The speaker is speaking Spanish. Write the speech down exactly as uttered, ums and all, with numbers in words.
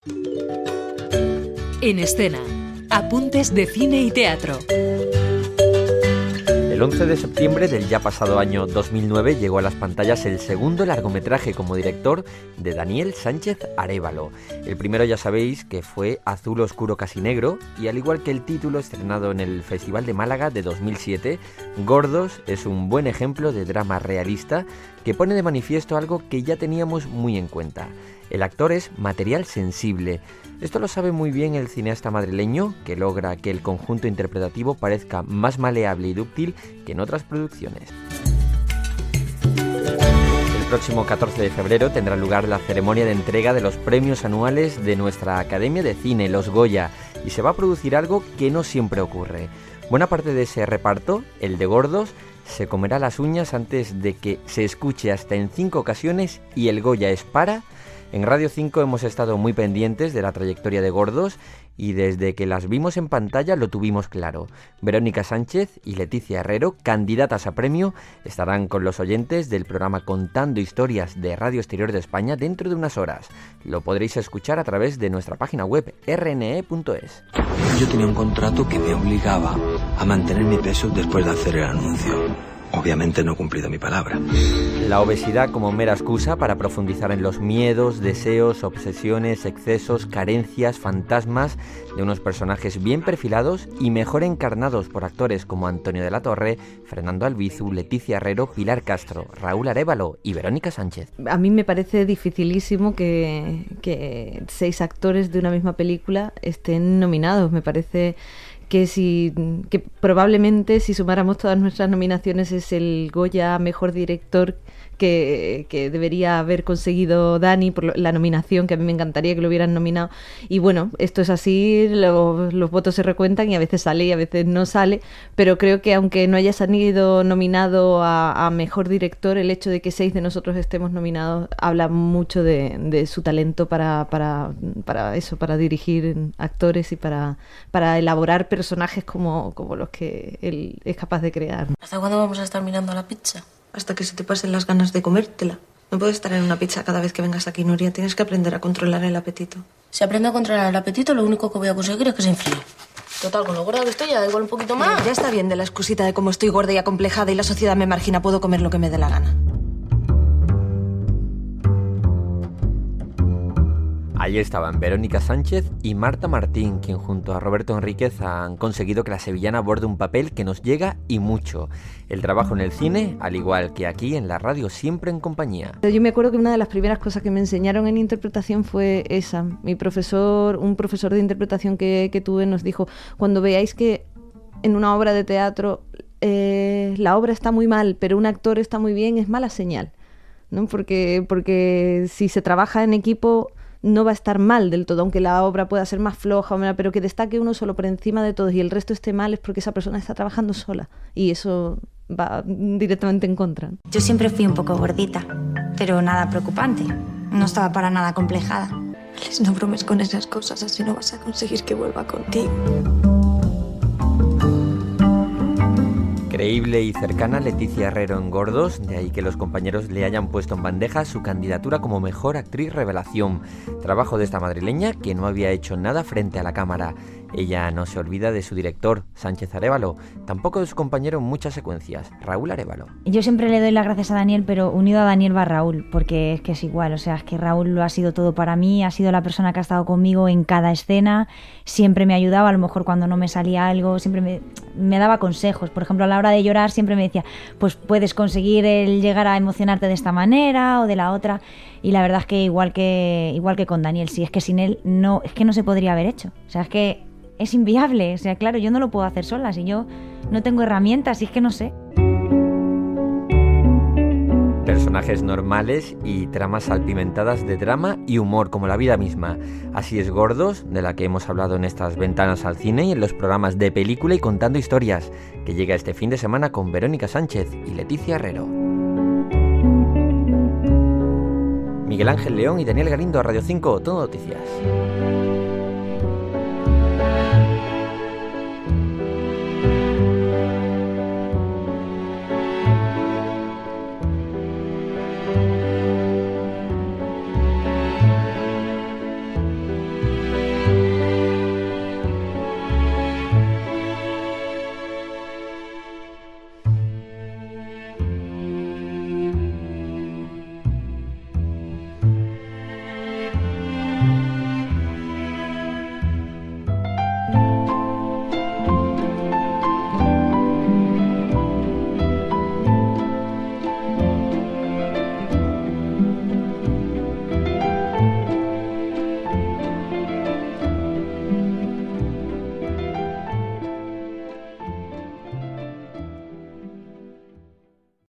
En escena, apuntes de cine y teatro. El once de septiembre del ya pasado año dos mil nueve llegó a las pantallas el segundo largometraje como director de Daniel Sánchez Arévalo. El primero ya sabéis que fue Azul Oscuro Casi Negro, y al igual que el título estrenado en el Festival de Málaga de dos mil siete, Gordos es un buen ejemplo de drama realista que pone de manifiesto algo que ya teníamos muy en cuenta. El actor es material sensible. Esto lo sabe muy bien el cineasta madrileño, que logra que el conjunto interpretativo parezca más maleable y dúctil que en otras producciones. El próximo catorce de febrero tendrá lugar la ceremonia de entrega de los premios anuales de nuestra Academia de Cine, los Goya, y se va a producir algo que no siempre ocurre. Buena parte de ese reparto, el de Gordos, se comerá las uñas antes de que se escuche hasta en cinco ocasiones y el Goya es para... En Radio cinco hemos estado muy pendientes de la trayectoria de Gordos y desde que las vimos en pantalla lo tuvimos claro. Verónica Sánchez y Leticia Herrero, candidatas a premio, estarán con los oyentes del programa Contando Historias de Radio Exterior de España dentro de unas horas. Lo podréis escuchar a través de nuestra página web erre ene e punto es. Yo tenía un contrato que me obligaba a mantener mi peso después de hacer el anuncio. Obviamente no he cumplido mi palabra. La obesidad como mera excusa para profundizar en los miedos, deseos, obsesiones, excesos, carencias, fantasmas de unos personajes bien perfilados y mejor encarnados por actores como Antonio de la Torre, Fernando Albizu, Leticia Herrero, Pilar Castro, Raúl Arévalo y Verónica Sánchez. A mí me parece dificilísimo que, que seis actores de una misma película estén nominados. Me parece... que si que probablemente si sumáramos todas nuestras nominaciones es el Goya Mejor Director que, que debería haber conseguido Dani por la nominación, que a mí me encantaría que lo hubieran nominado. Y bueno, esto es así, lo, los votos se recuentan y a veces sale y a veces no sale, pero creo que aunque no haya salido nominado a, a Mejor Director, el hecho de que seis de nosotros estemos nominados habla mucho de, de su talento para, para, para eso, para dirigir actores y para, para elaborar personajes como, como los que él es capaz de crear. ¿Hasta cuándo vamos a estar mirando la pizza? Hasta que se te pasen las ganas de comértela. No puedes estar en una pizza cada vez que vengas aquí, Nuria. Tienes que aprender a controlar el apetito. Si aprendo a controlar el apetito, lo único que voy a conseguir es que se enfríe. Total, con lo gorda que estoy ya da igual un poquito más. Mira, ya está bien de la excusita de cómo estoy gorda y acomplejada y la sociedad me margina. Puedo comer lo que me dé la gana. Allí estaban Verónica Sánchez y Marta Martín, quien junto a Roberto Enríquez han conseguido que la sevillana aborde un papel que nos llega y mucho. El trabajo en el cine, al igual que aquí en la radio, siempre en compañía. Yo me acuerdo que una de las primeras cosas que me enseñaron en interpretación fue esa. Mi profesor, un profesor de interpretación que, que tuve nos dijo, cuando veáis que en una obra de teatro eh, la obra está muy mal, pero un actor está muy bien, es mala señal, ¿no? Porque, porque si se trabaja en equipo... no va a estar mal del todo, aunque la obra pueda ser más floja, pero que destaque uno solo por encima de todos y el resto esté mal es porque esa persona está trabajando sola y eso va directamente en contra. Yo siempre fui un poco gordita, pero nada preocupante, no estaba para nada complejada. Alex, no bromes con esas cosas, así no vas a conseguir que vuelva contigo. Creíble y cercana Leticia Herrero en Gordos, de ahí que los compañeros le hayan puesto en bandeja su candidatura como mejor actriz revelación. Trabajo de esta madrileña que no había hecho nada frente a la cámara. Ella no se olvida de su director, Sánchez Arévalo, tampoco de su compañero en muchas secuencias, Raúl Arévalo. Yo siempre le doy las gracias a Daniel, pero unido a Daniel va Raúl, porque es que es igual, o sea, es que Raúl lo ha sido todo para mí, ha sido la persona que ha estado conmigo en cada escena, siempre me ayudaba, a lo mejor cuando no me salía algo, siempre me, me daba consejos. Por ejemplo, a la hora de llorar siempre me decía, pues puedes conseguir el llegar a emocionarte de esta manera o de la otra, y la verdad es que igual que, igual que con Daniel, sí, es que sin él no, es que no se podría haber hecho, o sea, es que es inviable, o sea, claro, yo no lo puedo hacer sola, si yo no tengo herramientas, y es que no sé. Personajes normales y tramas salpimentadas de drama y humor, como la vida misma. Así es Gordos, de la que hemos hablado en estas ventanas al cine y en los programas de película y Contando Historias, que llega este fin de semana con Verónica Sánchez y Leticia Herrero. Miguel Ángel León y Daniel Galindo a Radio cinco, Todo Noticias.